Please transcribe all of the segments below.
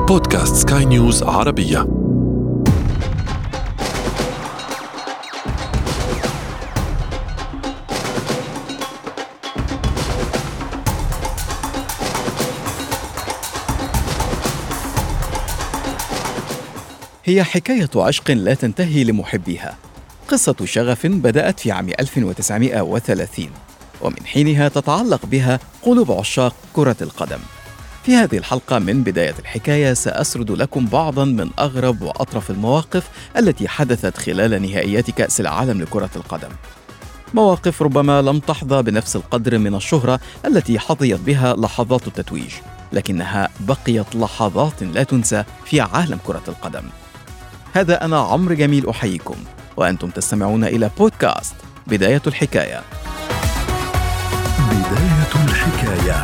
بودكاست سكاي نيوز عربية. هي حكاية عشق لا تنتهي لمحبيها، قصة شغف بدأت في عام 1930 ومن حينها تتعلق بها قلوب عشاق كرة القدم. في هذه الحلقة من بداية الحكاية سأسرد لكم بعضاً من أغرب وأطرف المواقف التي حدثت خلال نهائيات كأس العالم لكرة القدم. مواقف ربما لم تحظى بنفس القدر من الشهرة التي حظيت بها لحظات التتويج، لكنها بقيت لحظات لا تنسى في عالم كرة القدم. هذا أنا عمرو جميل أحييكم وأنتم تستمعون إلى بودكاست بداية الحكاية. بداية الحكاية.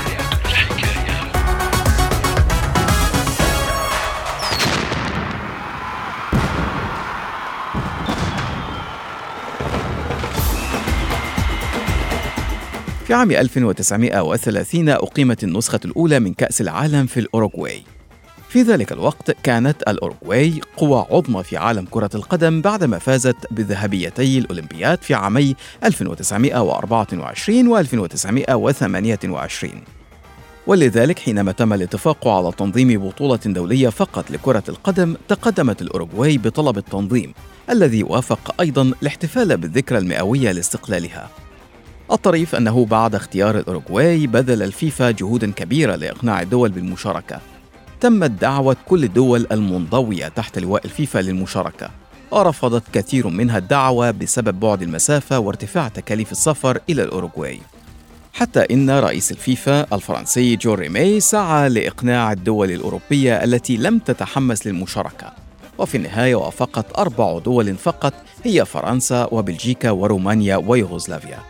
في عام 1930 أقيمت النسخة الأولى من كأس العالم في الأوروغواي. في ذلك الوقت كانت الأوروغواي قوة عظمى في عالم كرة القدم بعدما فازت بذهبيتي الأولمبياد في عامي 1924 و 1928. ولذلك حينما تم الاتفاق على تنظيم بطولة دولية فقط لكرة القدم، تقدمت الأوروغواي بطلب التنظيم الذي وافق أيضاً الاحتفال بالذكرى المئوية لاستقلالها. الطريف أنه بعد اختيار الأوروغواي بذل الفيفا جهوداً كبيرة لإقناع الدول بالمشاركة. تمت دعوة كل الدول المنضوية تحت لواء الفيفا للمشاركة، ورفضت كثير منها الدعوة بسبب بعد المسافة وارتفاع تكاليف السفر إلى الأوروغواي. حتى إن رئيس الفيفا الفرنسي جون ريمي سعى لإقناع الدول الأوروبية التي لم تتحمس للمشاركة، وفي النهاية وافقت 4 دول فقط، هي فرنسا وبلجيكا ورومانيا ويوغوسلافيا.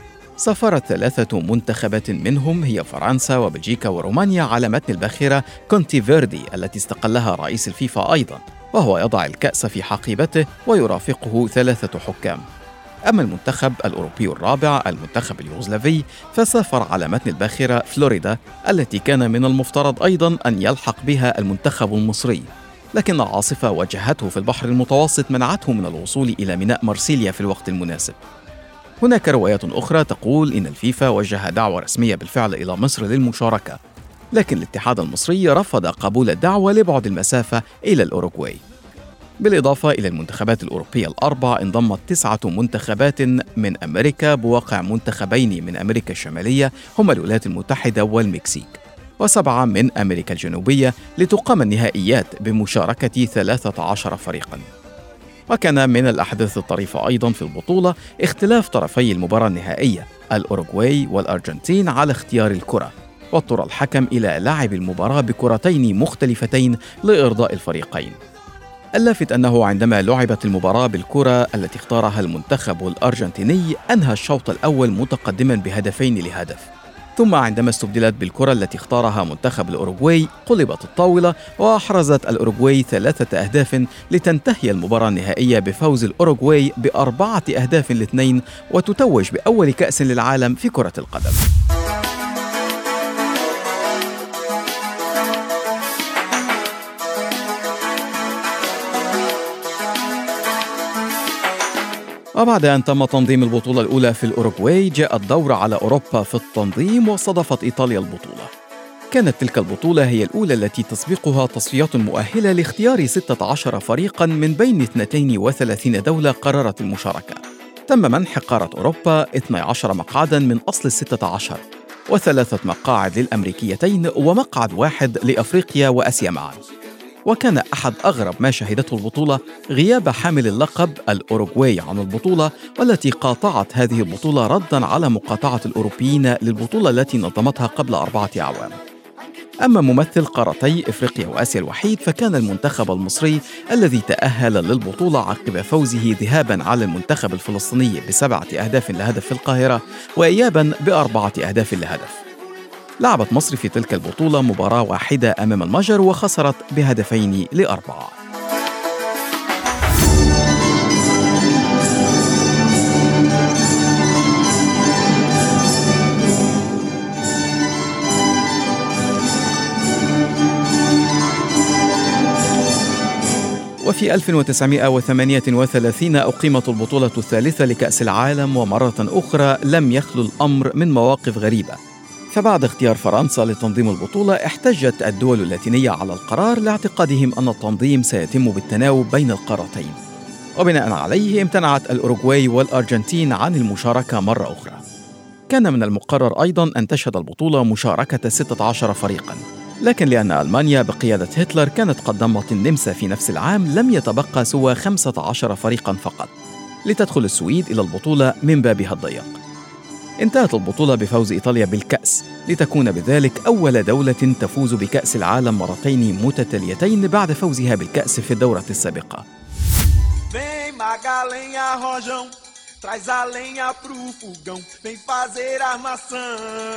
سافرت 3 منتخبات منهم هي فرنسا وبلجيكا ورومانيا على متن الباخرة كونتي فيردي التي استقلها رئيس الفيفا أيضاً، وهو يضع الكأس في حقيبته ويرافقه 3 حكام. أما المنتخب الأوروبي الرابع المنتخب اليوغوسلافي فسافر على متن الباخرة فلوريدا التي كان من المفترض أيضاً أن يلحق بها المنتخب المصري، لكن عاصفة واجهته في البحر المتوسط منعته من الوصول إلى ميناء مارسيليا في الوقت المناسب. هناك روايات أخرى تقول إن الفيفا وجه دعوة رسمية بالفعل إلى مصر للمشاركة، لكن الاتحاد المصري رفض قبول الدعوة لبعد المسافة إلى الأوروغواي. بالإضافة إلى المنتخبات الأوروبية ال4 انضمت 9 منتخبات من أمريكا بواقع منتخبين من أمريكا الشمالية هما الولايات المتحدة والمكسيك، و7 من أمريكا الجنوبية، لتقام النهائيات بمشاركة 13 فريقاً. وكان من الأحداث الطريفة أيضاً في البطولة اختلاف طرفي المباراة النهائية الأوروغواي والأرجنتين على اختيار الكرة، واضطر الحكم إلى لعب المباراة بكرتين مختلفتين لإرضاء الفريقين. اللافت أنه عندما لعبت المباراة بالكرة التي اختارها المنتخب الأرجنتيني أنهى الشوط الأول متقدماً ب2 لهدف، ثم عندما استبدلت بالكرة التي اختارها منتخب الأوروغواي قلبت الطاولة وأحرزت الأوروغواي 3 أهداف لتنتهي المباراة النهائية بفوز الأوروغواي ب4 أهداف ل2 وتتوج بأول كأس للعالم في كرة القدم. وبعد أن تم تنظيم البطولة الأولى في الأوروغواي جاء الدور على أوروبا في التنظيم وصادفت إيطاليا البطولة. كانت تلك البطولة هي الأولى التي تسبقها تصفيات مؤهلة لاختيار 16 فريقاً من بين 32 دولة قررت المشاركة. تم منح قارة أوروبا 12 مقعداً من أصل 16، و3 مقاعد للأمريكيتين ومقعد واحد لأفريقيا وأسيا معاً. وكان أحد أغرب ما شهدته البطولة غياب حامل اللقب الأوروغواي عن البطولة، والتي قاطعت هذه البطولة رداً على مقاطعة الأوروبيين للبطولة التي نظمتها قبل 4 أعوام. أما ممثل قارتي إفريقيا وآسيا الوحيد فكان المنتخب المصري الذي تأهل للبطولة عقب فوزه ذهاباً على المنتخب الفلسطيني ب7 أهداف لهدف في القاهرة، وإياباً ب4 أهداف لهدف. لعبت مصر في تلك البطولة مباراة واحدة أمام المجر وخسرت ب2-4. وفي 1938 أقيمت البطولة الثالثة لكأس العالم، ومرة أخرى لم يخلو الأمر من مواقف غريبة. فبعد اختيار فرنسا لتنظيم البطولة، احتجت الدول اللاتينية على القرار لاعتقادهم أن التنظيم سيتم بالتناوب بين القارتين، وبناء عليه امتنعت الأوروغواي والأرجنتين عن المشاركة مرة أخرى. كان من المقرر أيضاً أن تشهد البطولة مشاركة 16 فريقاً، لكن لأن ألمانيا بقيادة هتلر كانت قد ضمت النمسا في نفس العام، لم يتبقى سوى 15 فريقاً فقط لتدخل السويد إلى البطولة من بابها الضيق. انتهت البطولة بفوز إيطاليا بالكأس، لتكون بذلك أول دولة تفوز بكأس العالم مرتين متتاليتين بعد فوزها بالكأس في الدورة السابقة. Traz a lenha pro fogão, vem fazer armação.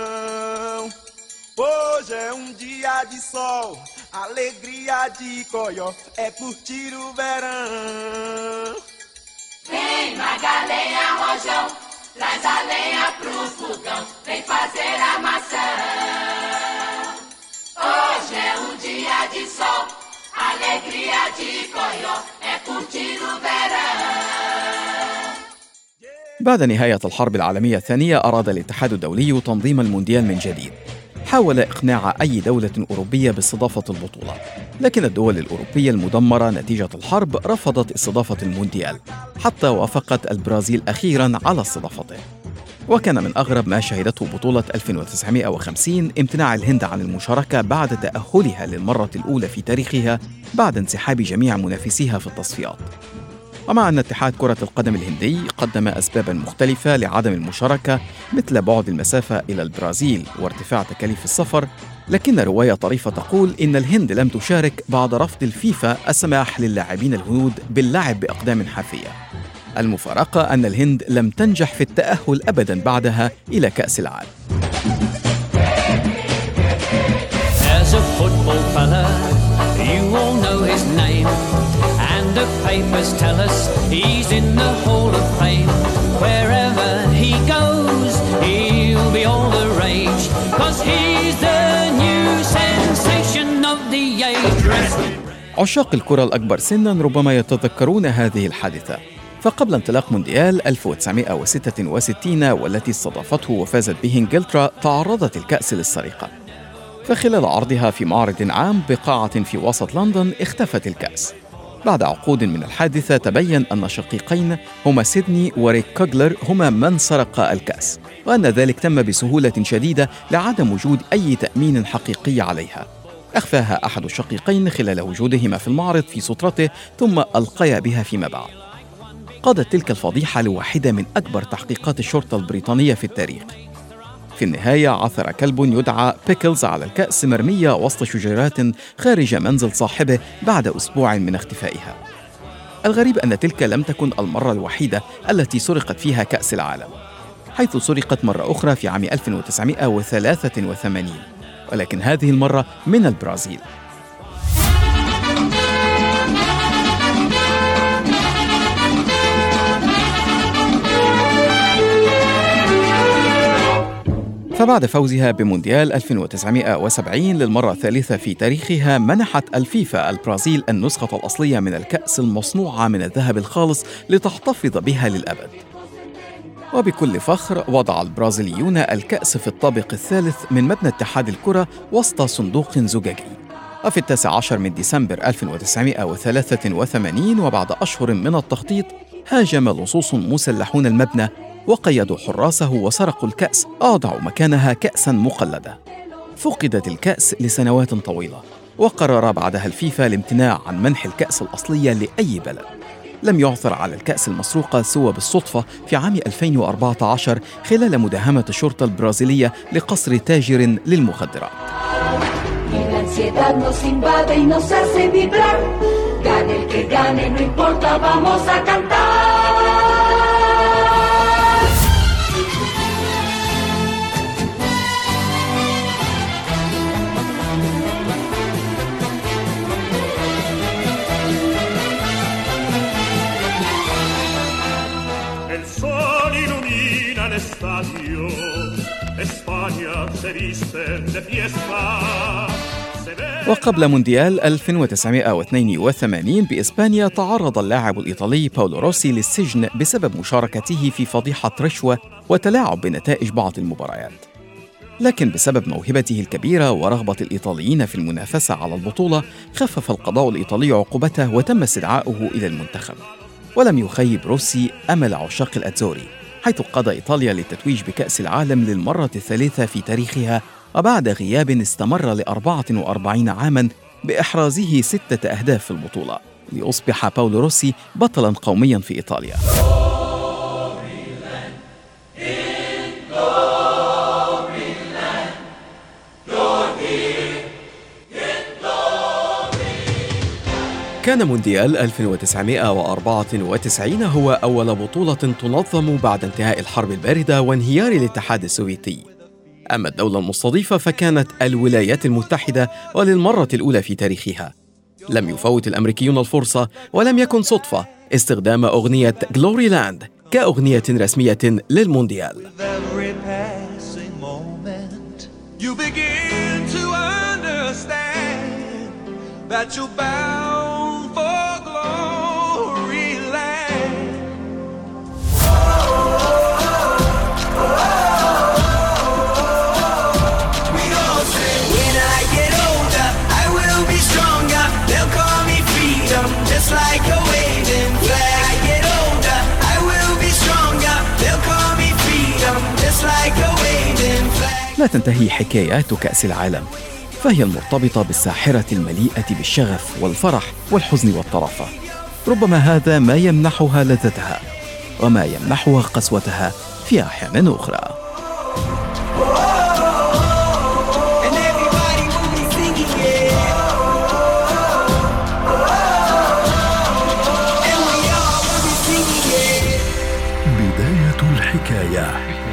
Hoje é dia de sol, alegria de coió, é curtir o verão. Vem Magalenha Rojão, traz a lenha pro fogão, vem fazer armação. Hoje é dia de sol, alegria de coió, é curtir o verão. بعد نهاية الحرب العالمية الثانية، أراد الاتحاد الدولي تنظيم المونديال من جديد. حاول إقناع أي دولة أوروبية باستضافة البطولة، لكن الدول الأوروبية المدمرة نتيجة الحرب رفضت استضافة المونديال، حتى وافقت البرازيل أخيراً على استضافته. وكان من أغرب ما شهدته بطولة 1950 امتناع الهند عن المشاركة بعد تأهلها للمرة الأولى في تاريخها بعد انسحاب جميع منافسيها في التصفيات. ومع أن اتحاد كرة القدم الهندي قدم أسباباً مختلفة لعدم المشاركة، مثل بعد المسافة إلى البرازيل وارتفاع تكاليف السفر، لكن رواية طريفة تقول إن الهند لم تشارك بعد رفض الفيفا السماح للاعبين الهنود باللعب بأقدام حافية. المفارقة أن الهند لم تنجح في التأهل أبداً بعدها إلى كأس العالم. The papers tell us he's in the Hall of Fame. Wherever he goes, he'll be all the rage, 'cause he's the new sensation of the age. عشاق الكرة الأكبر سناً ربما يتذكرون هذه الحادثة. فقبل انطلاق مونديال 1966 والتي استضافته وفازت به إنجلترا، تعرضت الكأس للسرقة. فخلال عرضها في معرض عام بقاعة في وسط لندن، اختفت الكأس. بعد عقود من الحادثة تبين أن شقيقين هما سيدني وريك كوغلر هما من سرقا الكأس، وأن ذلك تم بسهولة شديدة لعدم وجود أي تأمين حقيقي عليها. أخفاها أحد الشقيقين خلال وجودهما في المعرض في سترته، ثم ألقيا بها فيما بعد. قادت تلك الفضيحة لواحدة من أكبر تحقيقات الشرطة البريطانية في التاريخ. في النهاية عثر كلب يدعى بيكلز على الكأس مرمية وسط شجيرات خارج منزل صاحبه بعد أسبوع من اختفائها. الغريب أن تلك لم تكن المرة الوحيدة التي سرقت فيها كأس العالم، حيث سرقت مرة أخرى في عام 1983، ولكن هذه المرة من البرازيل. فبعد فوزها بمونديال 1970 للمرة الثالثة في تاريخها، منحت الفيفا البرازيل النسخة الأصلية من الكأس المصنوعة من الذهب الخالص لتحتفظ بها للأبد. وبكل فخر وضع البرازيليون الكأس في الطابق الثالث من مبنى اتحاد الكرة وسط صندوق زجاجي. وفي 19 من ديسمبر 1983 وبعد أشهر من التخطيط، هاجم لصوص مسلحون المبنى وقيدوا حراسه وسرقوا الكأس، أضعوا مكانها كأساً مقلدة. فقدت الكأس لسنوات طويلة، وقرر بعدها الفيفا الامتناع عن منح الكأس الأصلية لأي بلد. لم يعثر على الكأس المسروقة سوى بالصدفة في عام 2014 خلال مداهمة الشرطة البرازيلية لقصر تاجر للمخدرات. España se viste de fiesta, وقبل مونديال 1982 بإسبانيا تعرض اللاعب الإيطالي باولو روسي للسجن بسبب مشاركته في فضيحة رشوة وتلاعب بنتائج بعض المباريات. لكن بسبب موهبته الكبيرة ورغبة الإيطاليين في المنافسة على البطولة خفف القضاء الإيطالي عقوبته وتم استدعاؤه إلى المنتخب. ولم يخيب روسي أمل عشاق الأتزوري، حيث قاد إيطاليا للتتويج بكأس العالم للمرة الثالثة في تاريخها، وبعد غياب استمر ل44 عاماً بإحرازه 6 أهداف في البطولة، ليصبح باولو روسي بطلاً قومياً في إيطاليا. كان مونديال 1994 هو أول بطولة تنظم بعد انتهاء الحرب الباردة وانهيار الاتحاد السوفيتي. أما الدولة المستضيفة فكانت الولايات المتحدة، وللمرة الأولى في تاريخها لم يفوت الأمريكيون الفرصة، ولم يكن صدفة استخدام أغنية Glory Land كأغنية رسمية للمونديال. لا تنتهي حكايات كأس العالم، فهي المرتبطة بالساحرة المليئة بالشغف والفرح والحزن والطرافة. ربما هذا ما يمنحها لذتها وما يمنحها قسوتها في أحيان أخرى. بداية الحكاية.